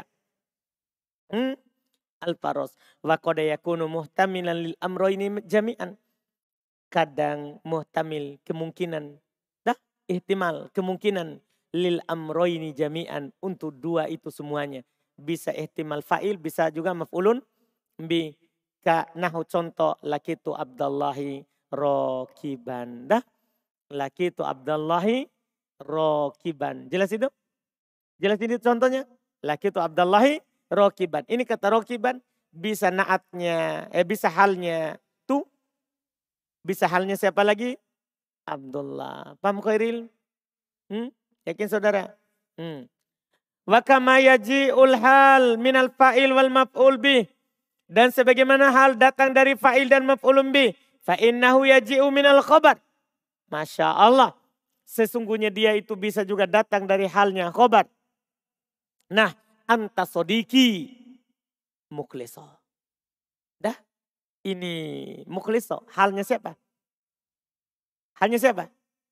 Al-faros. Wa qad yakunu muhtamilan lil amroini jami'an. Kadang muhtamil kemungkinan. Ihtimal kemungkinan lil amroini jami'an. Untuk dua itu semuanya. Bisa ihtimal fa'il, bisa juga maf'ulun bi. Ka nahu contoh lakitu Abdullahi rokiban. Laki itu Abdullahi rokiban. Jelas itu? Jelas ini contohnya? Laki itu Abdullahi rokiban. Ini kata rokiban bisa naatnya, bisa halnya tu. Bisa halnya siapa lagi? Abdullah. Paham Khairil? Yakin saudara? Wa kama yaji'ul hal minal fa'il wal maf'ul bih. Dan sebagaimana hal datang dari fa'il dan maf'ulun bih. Fa'innahu yaji'u minal khabar. Masya Allah. Sesungguhnya dia itu bisa juga datang dari halnya khabar. Nah, anta sodiki mukhliso. Dah, ini mukhliso. Halnya siapa? Halnya siapa?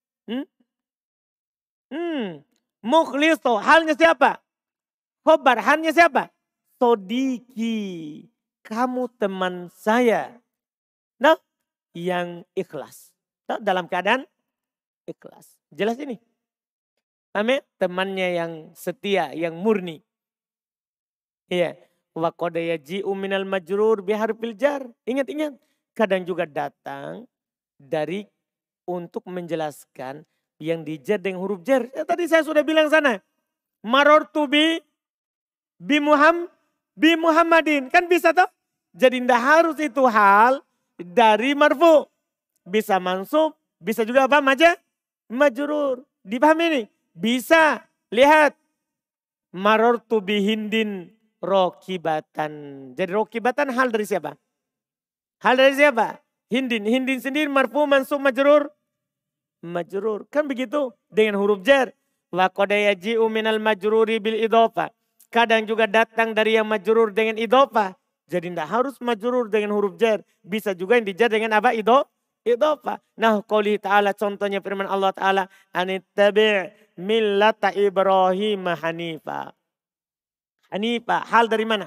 Mukhliso. Halnya siapa? Khabar. Halnya siapa? Sodiki. Kamu teman saya. Nah, yang ikhlas. Dalam keadaan ikhlas. Jelas ini. Paham ya? Temannya yang setia, yang murni. Iya. Wa qad yaji'u minal majrur biharfil jar. Ingat-ingat. Kadang juga datang dari untuk menjelaskan yang dijar dengan huruf jar. Tadi saya sudah bilang sana. Marortu bi Muhammadin. Kan bisa toh? Jadi tidak harus itu hal dari marfu. Bisa mansub, bisa juga apa? Majrur. Dipahami ini? Bisa. Lihat. Marortu bihindin rokibatan. Jadi rokibatan hal dari siapa? Hal dari siapa? Hindin. Hindin sendiri marfu, mansub, majrur. Majrur. Kan begitu? Dengan huruf jar. Wa qad yaji'u minal majruri bil idhofah. Kadang juga datang dari yang majrur dengan idhofah. Jadi tidak harus majrur dengan huruf jar. Bisa juga yang dijar dengan apa? Idhofah. Nah, qouli ta'ala contohnya firman Allah Ta'ala. Anittabi' millata Ibrahim hanifa. Hanifa, hal dari mana?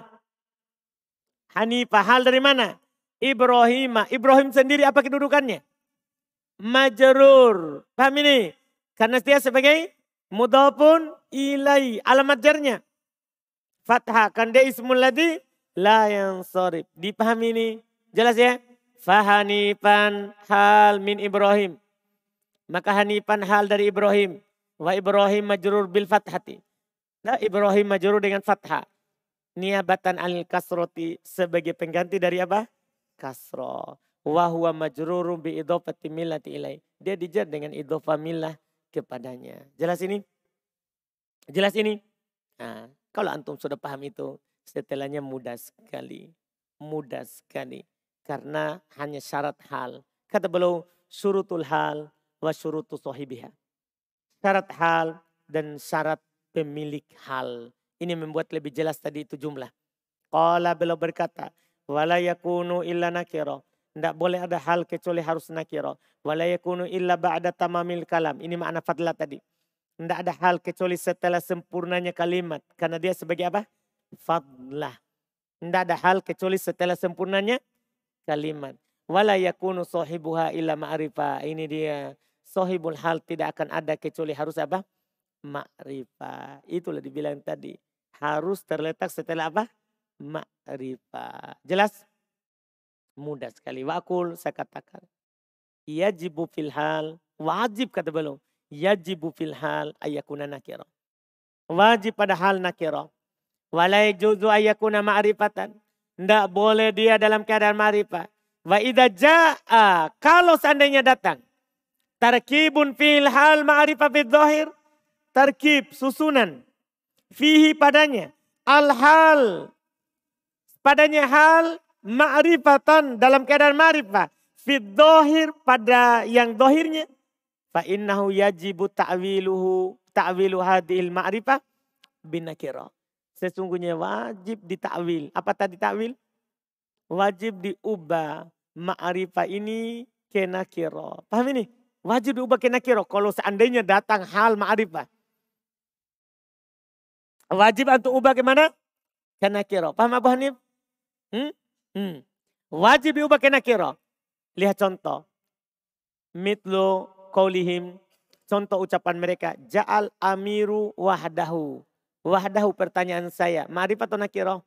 Hanifa, hal dari mana? Ibrahim. Ibrahim sendiri apa kedudukannya? majrur. Paham ini? Karena dia sebagai mudhafun ilai. Alamat jarnya fathah. Kan dia ismul ladzi la yansarif. Dipahami ini? Jelas ya? Fahanifan hal min Ibrahim. Maka hanifan hal dari Ibrahim. Wa Ibrahim majrur bil fathati. Nah, Ibrahim majrur dengan fathah. Niabatan al kasroti sebagai pengganti dari apa? Kasroh. Wa huwa majrurun bi idhofati millati ilai. Dia dijar dengan idhofah millah kepadanya. Jelas ini? Jelas ini? Nah, kalau antum sudah paham itu, setelahnya mudah sekali. Mudah sekali. Karena hanya syarat hal. Kata beliau, syurutul hal wa syurutu sahibiha. Syarat hal dan syarat pemilik hal. Ini membuat lebih jelas tadi itu jumlah. Qala beliau berkata, wala yakunu illa nakira. Tidak boleh ada hal kecuali harus nakira. Wala yakunu illa ba'da tamamil kalam. Ini makna fadlah tadi. Tidak ada hal kecuali setelah sempurnanya kalimat. Karena dia sebagai apa? Fadlah. Tidak ada hal kecuali setelah sempurnanya kalimat. Wala yakunu sahibuha illa ma'rifah. Ini dia. Sahibul hal tidak akan ada kecuali harus apa? Ma'rifah. Itulah dibilang tadi. Harus terletak setelah apa? Ma'rifah. Jelas? Mudah sekali. Wa'akul saya katakan. Yajibu fil hal. Wajib kata beliau. Yajibu fil hal ayakuna nakira. Wajib pada hal nakira. Walai juzu ayakuna ma'rifatan. Tidak boleh dia dalam keadaan ma'rifah. Wa idha ja'a. Kalau seandainya datang. Tarkibun fil hal ma'rifah fil zahir. Tarkib susunan. Fihi padanya. Al-hal. Padanya hal ma'rifatan dalam keadaan ma'rifah. Fil zahir pada yang zahirnya. Fa innahu yajibu ta'wilu hadhil ma'rifah binakira. Sesungguhnya wajib ditakwil. Apa tadi takwil? Wajib diubah ma'rifah ini ke nakira. Paham ini? Wajib diubah ke nakira. Kalau seandainya datang hal ma'rifah. Wajib untuk ubah ke mana? Ke nakira. Paham Abu Hanif? Wajib diubah ke nakira. Lihat contoh. Mitlu qaulihim, contoh ucapan mereka, ja'al amiru wahdahu. Wahdahu pertanyaan saya, ma'rifah atau nakirah?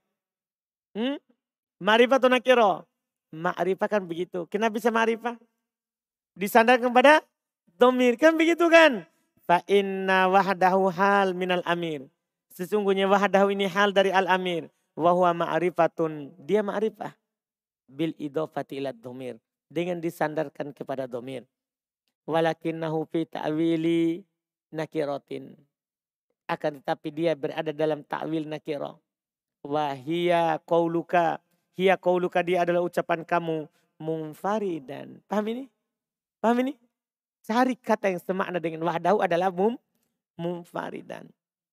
Ma'rifah atau nakirah? Ma'rifah kan begitu. Kenapa bisa ma'rifah? Disandarkan kepada dhamir, kan begitu kan? Fa inna wahdahu hal minal amir. Sesungguhnya wahdahu ini hal dari al-amir. Wahuwa ma'rifatun, dia ma'rifah. Bil idhofati ila dhamir. Dengan disandarkan kepada dhamir. Walakinnahu fi ta'wili nakiratin. Akan tetapi dia berada dalam ta'wil nakirah. Wahia qauluka. Hiya qauluka, dia adalah ucapan kamu. Munfaridan. Paham ini? Paham ini? Cari kata yang semakna dengan wahdahu adalah munfaridan.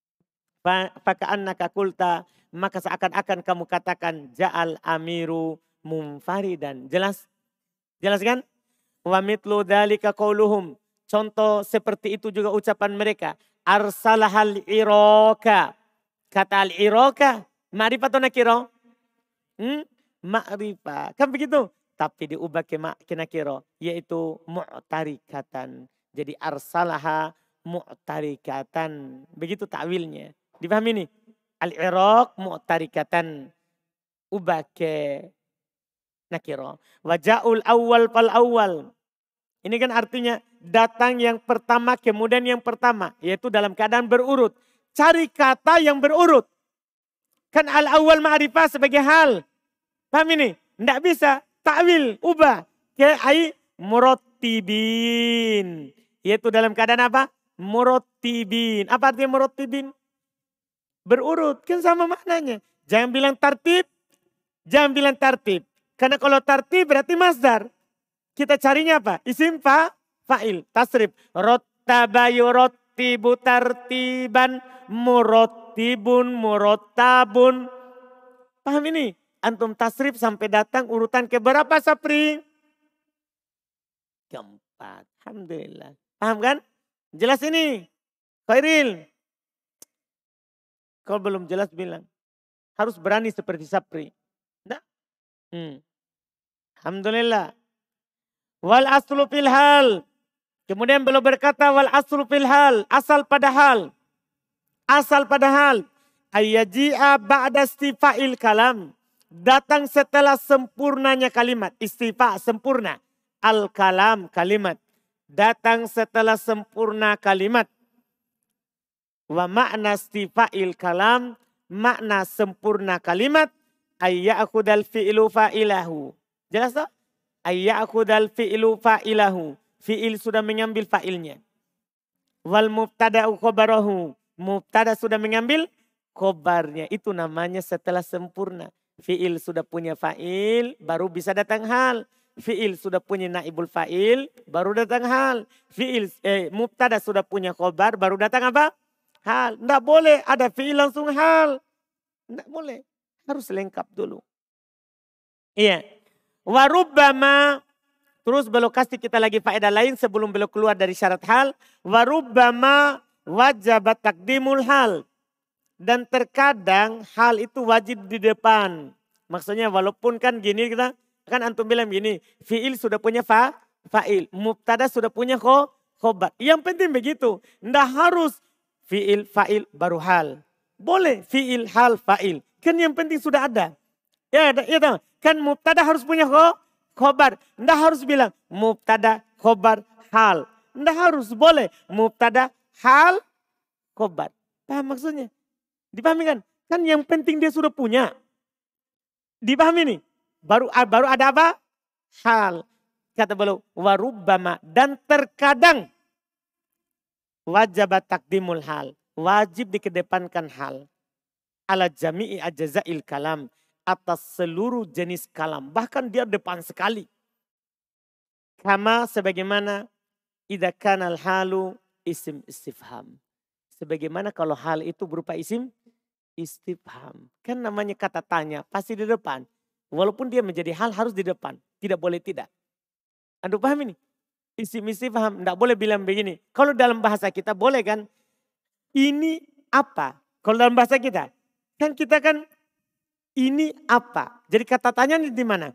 Faka'annaka kulta. Maka seakan-akan kamu katakan ja'al amiru munfaridan. Jelas? Jelas kan? Wa mitlu dzalika qauluhum. Contoh seperti itu juga ucapan mereka. Arsalahal iraka. Kata al-iraka. Ma'rifah atau nakirah? Ma'rifah. Kan begitu? Tapi diubah ke nakirah. Yaitu mu'tarikatan. Jadi arsalaha mu'tarikatan. Begitu ta'wilnya. Dipahami ini? Al-iraq mu'tarikatan. Ubah ke nakirah. Waja'ul awal fal awal. Ini kan artinya datang yang pertama kemudian yang pertama. Yaitu dalam keadaan berurut. Cari kata yang berurut. Kan al-awwal ma'rifah sebagai hal. Paham ini? Tidak bisa. Ta'wil, ubah. Ke ai murattibin. Yaitu dalam keadaan apa? Murattibin. Apa artinya murattibin? Berurut. Kan sama maknanya. Jangan bilang tartib. Jangan bilang tartib. Karena kalau tartib berarti masdar. Kita carinya apa? Isim fa'il. Tasrif. Rottaba yurottibu tartiban. Murottibun murottabun. Paham ini? Antum tasrif sampai datang urutan ke berapa Sapri? Keempat. Alhamdulillah. Paham kan? Jelas ini? Khairil. Kalau belum jelas bilang. Harus berani seperti Sapri. Enggak? Alhamdulillah. Wal aslu fil hal. Kemudian beliau berkata wal aslu fil hal. Asal pada hal. Asal pada hal. Ayyaji'a ba'da istifa'il kalam. Datang setelah sempurnanya kalimat. Istifa sempurna. Al-kalam kalimat. Datang setelah sempurna kalimat. Wa makna istifa'il kalam. Makna sempurna kalimat. Ayya'khudal fi'lu fa'ilahu. Jelas tak? Ayya'khudal fi'lu fa'ilahu. Fi'il sudah mengambil fa'ilnya. Wal mubtada'u khobarahu. Mubtada sudah mengambil khobarnya. Itu namanya setelah sempurna. Fi'il sudah punya fa'il, baru bisa datang hal. Fi'il sudah punya naibul fa'il, baru datang hal. Mubtada sudah punya khobar, baru datang apa? Hal. Tidak boleh ada fi'il langsung hal. Tidak boleh. Harus lengkap dulu. Iya. Warubbama. Terus beliau kasih kita lagi faedah lain sebelum beliau keluar dari syarat hal. Warubbama wajabat takdimul hal. Dan terkadang hal itu wajib di depan. Maksudnya walaupun kan gini kita. Kan antum bilang gini. Fi'il sudah punya fa'il. Mubtada sudah punya khobar. Yang penting begitu. Nggak harus fi'il, fa'il, baru hal. Boleh fi'il, hal, fa'il. Kan yang penting sudah ada. Ya tahu. Kan mubtada harus punya khobar. Nggak harus bilang mubtada, khobar, hal. Nggak harus, boleh. Mubtada, hal, khobar. Paham maksudnya? Dipahami kan? Kan yang penting dia sudah punya. Dipahami nih? Baru ada apa? Hal. Kata beliau, warubbama. Dan terkadang wajabat takdimul hal. Wajib dikedepankan hal. Ala jami'i ajazail kalam. Atas seluruh jenis kalam. Bahkan dia depan sekali. Kama sebagaimana idza kanal halu isim istifham. Sebagaimana kalau hal itu berupa isim istifham. Kan namanya kata tanya pasti di depan. Walaupun dia menjadi hal harus di depan. Tidak boleh tidak. Anda paham ini? Isim istifham. Tidak boleh bilang begini. Kalau dalam bahasa kita boleh kan. Ini apa? Kalau dalam bahasa kita. Kan kita kan ini apa? Jadi kata tanya di mana?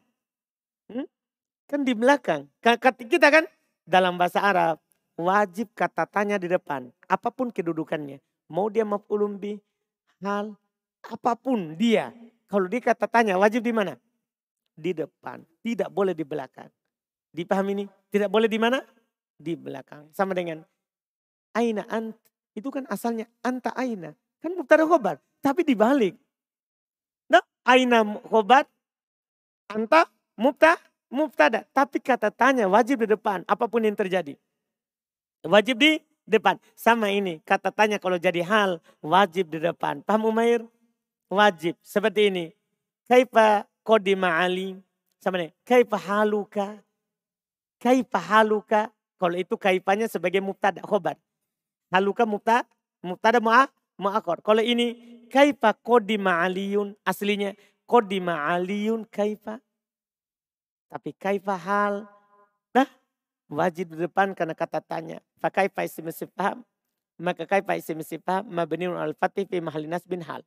Kan di belakang. Kita kan dalam bahasa Arab. Wajib kata tanya di depan. Apapun kedudukannya. Mau dia maf'ulun bih, hal, apapun dia. Kalau dia kata tanya wajib di mana? Di depan. Tidak boleh di belakang. Dipahami ini? Tidak boleh di mana? Di belakang. Sama dengan aina ant. Itu kan asalnya anta aina. Kan mubtada khobar. Tapi dibalik. Nah, aina khobar. Anta mubtada. Tapi kata tanya wajib di depan. Apapun yang terjadi. Wajib di depan. Sama ini. Kata tanya kalau jadi hal. Wajib di depan. Paham Umair? Wajib. Seperti ini. Kaifa qadima Ali. Sama ini. Kaifa haluka. Kaifa haluka. Kalau itu kaifanya sebagai mubtada khobar. Haluka mubtada mu'akhar. Kalau ini. Kaifa qadima Aliyun. Aslinya. Qadima Aliyun kaifa. Tapi kaifa hal. Nah. Wajib di depan karena kata tanya. Fakaifa isim istifham. Maka kaifa isim istifham mabniun al-fathih fi mahalli nasbin hal.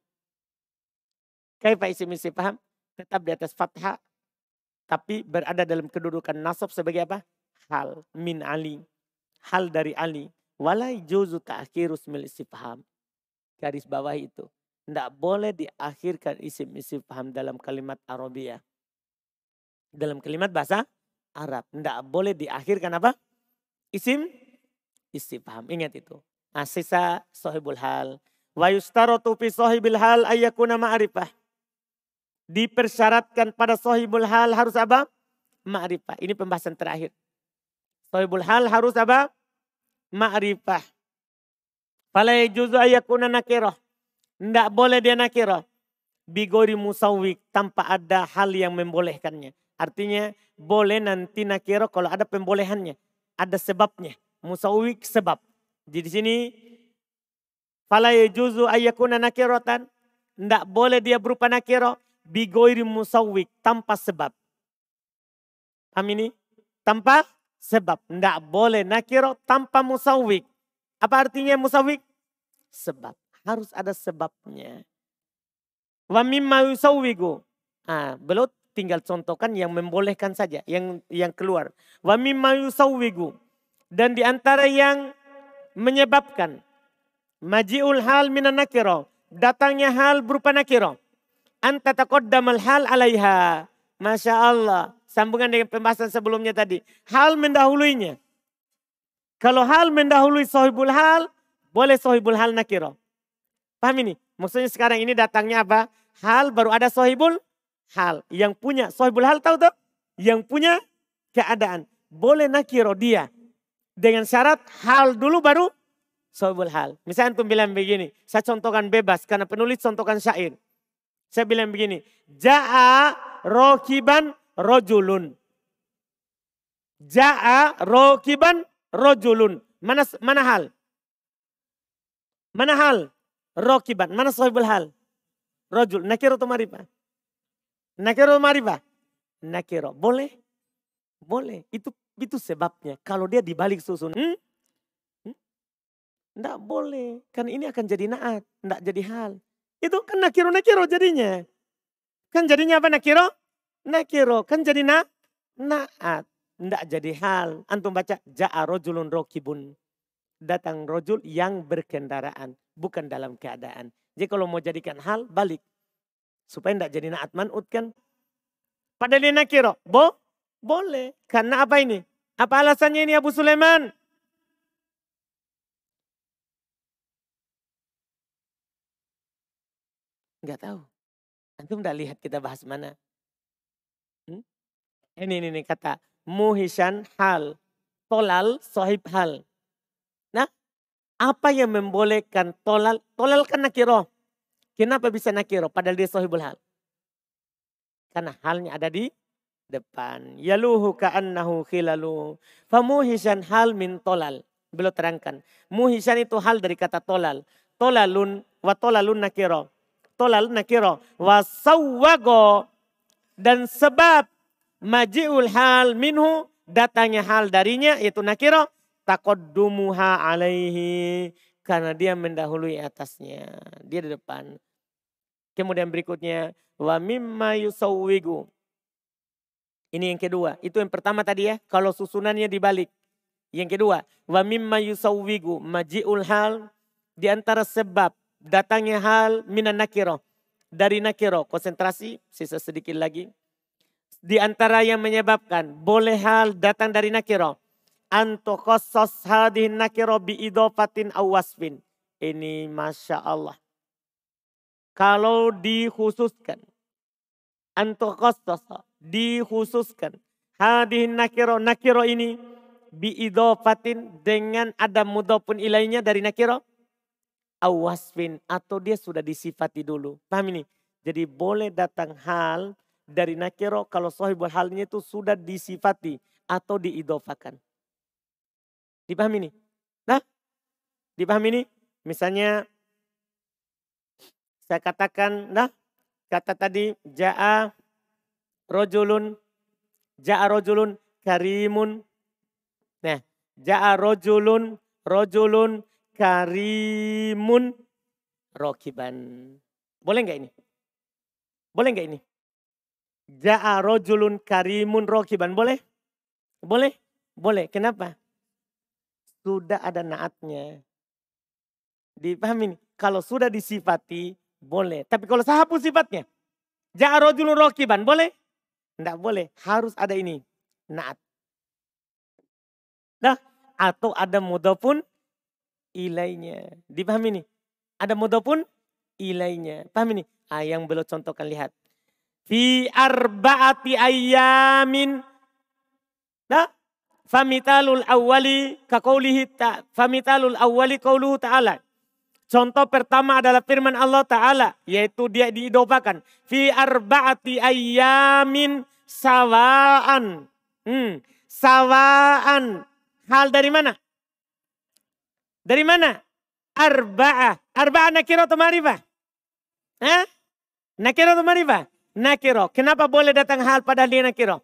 Kaifa isim istifham tetap di atas fathah. Tapi berada dalam kedudukan nasab sebagai apa? Hal min Ali. Hal dari Ali. Walai juzu ta'khir ismil istifham. Garis bawah itu. Tidak boleh diakhirkan isim istifham dalam kalimat Arabiyah. Dalam kalimat bahasa Arab. Tidak boleh diakhirkan apa? Isim istifham. Ingat itu. Asisa sahibul hal. Wa yustaratu fi sahibil hal ayyakuna ma'rifah. Dipersyaratkan pada sahibul hal harus apa? Ma'rifah. Ini pembahasan terakhir. Sahibul hal harus apa? Ma'rifah. Fala yajuzu ayyakuna nakirah. Tidak boleh dia nakirah. Bigori musawwik. Tanpa ada hal yang membolehkannya. Artinya boleh nanti nakirah kalau ada pembolehannya. Ada sebabnya. Musawwik sebab. Jadi di sini. Fala yajuzu ayyakuna nakiratan. Tidak boleh dia berupa nakirah. Bigoiri musawwik. Tanpa sebab. Paham ini? Tanpa sebab. Tidak boleh nakirah tanpa musawwik. Apa artinya musawwik? Sebab. Harus ada sebabnya. Wa mimma yusawwigu. Belut. tinggal contohkan yang membolehkan saja, yang keluar. Wa mimma yusawwigu. Dan di antara yang menyebabkan maji'ul hal minan nakiro, datangnya hal berupa nakiro. Anta taqaddamal hal alaiha. Masya Allah. Sambungan dengan pembahasan sebelumnya tadi. Hal mendahuluinya. Kalau hal mendahului sahibul hal, boleh sahibul hal nakiro. Paham ini? Maksudnya sekarang ini datangnya apa? Hal baru ada sahibul hal. Yang punya sahibul hal tahu tuh? Yang punya keadaan. Boleh nakiro dia. Dengan syarat hal dulu baru sahibul hal. Misalnya antum bilang begini. Saya contohkan bebas karena penulis contohkan syair. Saya bilang begini. Ja'a rokiban rojulun. Ja'a rokiban rojulun. Mana hal? Mana hal? Rokiban. Mana sahibul hal? Rojul. Nakiro atau marifah? Nakiro atau marifah? Nakiro. Boleh? Boleh. Itu sebabnya. Kalau dia dibalik susun. Tidak boleh. Kan ini akan jadi naat. Tidak jadi hal. Itu kan nakiro jadinya. Kan jadinya apa nakiro? Nakiro. Kan jadi naat. Tidak jadi hal. Antum baca. Ja'a rojulun rokibun. Datang rojul yang berkendaraan. Bukan dalam keadaan. Jadi kalau mau jadikan hal, balik. Supaya tidak jadi naat man'ut kan. Padahal dia nakiro. Boleh. Karena apa ini? Apa alasannya ini Abu Sulaiman? Enggak tahu. Antum tidak lihat kita bahas mana. Ini kata. Muhishan hal. Tolal sahib hal. Nah. Apa yang membolehkan tolal? Tolal kan nakiro. Kenapa bisa nakiro? Padahal dia sahibul hal. Karena halnya ada di depan. Yaluhu ka'annahu khilalu. Famuhishan hal min tolal. Beliau terangkan. Muhishan itu hal dari kata tolal. Tolalun wa tolalun nakiro. Tolal nakiro. Wa sawwago. Dan sebab maji'ul hal minhu. Datangnya hal darinya yaitu nakiro. Taqaddumuha alaihi. Karena dia mendahului atasnya. Dia di depan. Kemudian berikutnya. Wa mimma yusawwigu. Ini yang kedua. Itu yang pertama tadi ya. Kalau susunannya dibalik. Yang kedua. Wa mimma yusawwigu. Maji'ul hal. Di antara sebab. Datangnya hal minan nakiro. Dari nakiro. Konsentrasi. Sisa sedikit lagi. Di antara yang menyebabkan. Boleh hal datang dari nakiro. Antokosos hadihin nakiro bi idofatin awasfin. Ini Masya Allah. Kalau dikhususkan. Antokosos dikhususkan. Hadihin nakiro ini. Bi idofatin dengan ada mudhofun ilainya dari nakiro. Awasfin. Atau dia sudah disifati dulu. Paham ini? Jadi boleh datang hal dari nakiro. Kalau sahibul halnya itu sudah disifati. Atau diidofakan. Dipahami ini? Nah, dipahami ini? Misalnya, saya katakan, nah, kata tadi, ja'a rojulun karimun. Nah, ja'a rojulun karimun rokiban. Boleh nggak ini? Boleh nggak ini? Ja'a rojulun karimun rokiban. Boleh? Boleh? Boleh. Kenapa? Sudah ada naatnya. Dipahami nih. Kalau sudah disifati, boleh. Tapi kalau saya hapus sifatnya. Ja'a rojulun rokiban, boleh? Tidak boleh. Harus ada ini. Naat. Nah, atau ada mudhofun ilainya. Dipahami nih. Ada mudhofun ilainya. Paham ini? Yang belum contohkan, lihat. Fi arba'ati ayyamin. Nah. Famitalul awwali qauluhu ta'ala. Contoh pertama adalah firman Allah Ta'ala. Yaitu dia diidofakan. Fi arba'ati ayyamin sawa'an. Sawa'an. Hal dari mana? Dari mana? Arba'ah. Arba'ah nakiro atau marifah? Nakiro atau marifah? Nakiro. Kenapa boleh datang hal padahal dia nakiro?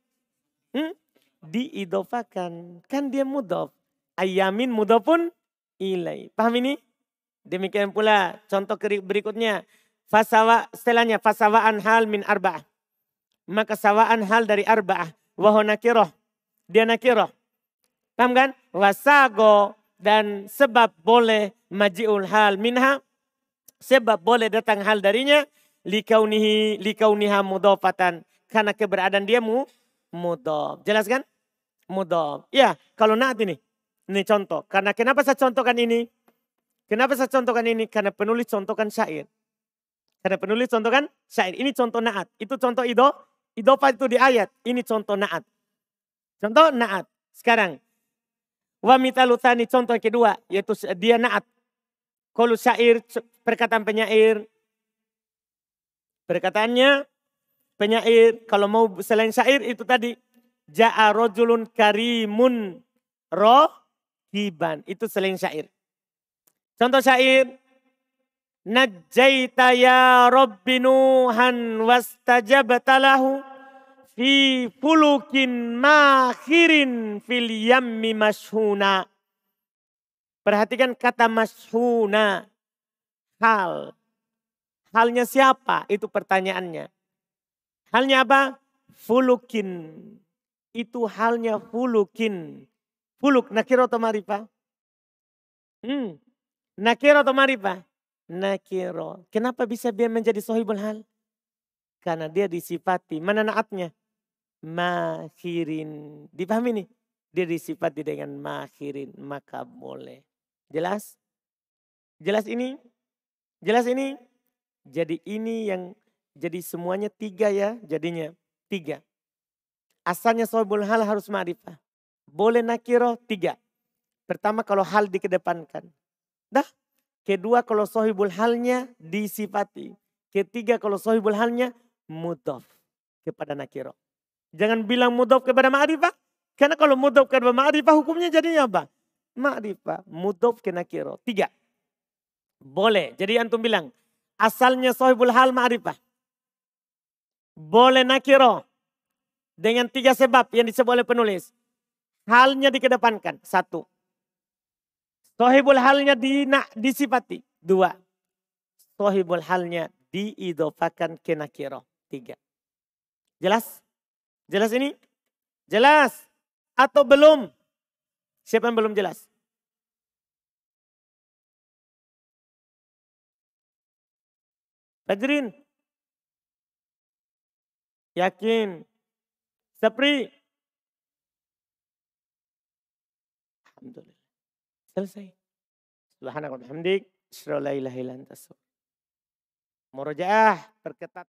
Diidofakan. Kan dia mudhof. Ayamin mudhofun ilai. Paham ini? Demikian pula contoh berikutnya. Setelahnya fasawaan hal min arba'ah. Maka sawaan hal dari arba'ah. Waho nakiroh. Dia nakiroh. Paham kan? Wasago dan sebab boleh maji'ul hal minha. Sebab boleh datang hal darinya. Likauniha mudhofatan. Karena keberadaan dia mudhof. Jelas kan? Mudhof. Ya, kalau naat ini. Ini contoh. Karena kenapa saya contohkan ini? Kenapa saya contohkan ini? Karena penulis contohkan syair. Karena penulis contohkan syair. Ini contoh naat. Itu contoh idhofah itu di ayat. Ini contoh naat. Contoh naat. Sekarang. Wa mitaluthani contoh yang kedua. Yaitu dia naat. Kalau syair, perkataan penyair. Perkataannya penyair. Kalau mau selain syair itu tadi. Ja'a rojulun karimun rohiban. Itu selain syair. Contoh syair. Najjaita ya Rabbi Nuhan wastajabta lahu fi fulukin makhirin fil yammi mashuna. Perhatikan kata mashuna. Hal. Halnya siapa? Itu pertanyaannya. Halnya apa? Fulukin. Itu halnya fulukin. Fuluk nakiro atau marifah? Nakiro atau marifah? Nakiro. Kenapa bisa dia menjadi sohibul hal? Karena dia disifati. Mana naatnya? Makhirin. Dipahami nih? Dia disifati dengan makhirin. Maka boleh. Jelas? Jelas ini? Jelas ini? Jadi ini yang jadi semuanya 3 ya. Jadinya 3. Asalnya sohibul hal harus ma'rifah. Boleh nakiro 3. Pertama kalau hal dikedepankan. Dah. Kedua kalau sohibul halnya disifati. Ketiga kalau sohibul halnya mudhof kepada nakiro. Jangan bilang mudhof kepada ma'rifah. Karena kalau mudhof kepada ma'rifah hukumnya jadinya apa? Ma'rifah, mudhof ke nakiro. 3. Boleh. Jadi antum bilang asalnya sohibul hal ma'rifah. Boleh nakiro. Dengan 3 sebab yang disebut oleh penulis. Halnya dikedepankan. 1. Sohibul halnya disifati. 2. Sohibul halnya diidhofakan ke nakiro. 3. Jelas? Jelas ini? Jelas? Atau belum? Siapa yang belum jelas? Fajrin? Yakin? Sapri? Alhamdulillah. Selesai. Subhanallah wa bihamdik. Asyhadu an la ilaha illa anta astaghfiruka. Murojaah perketat.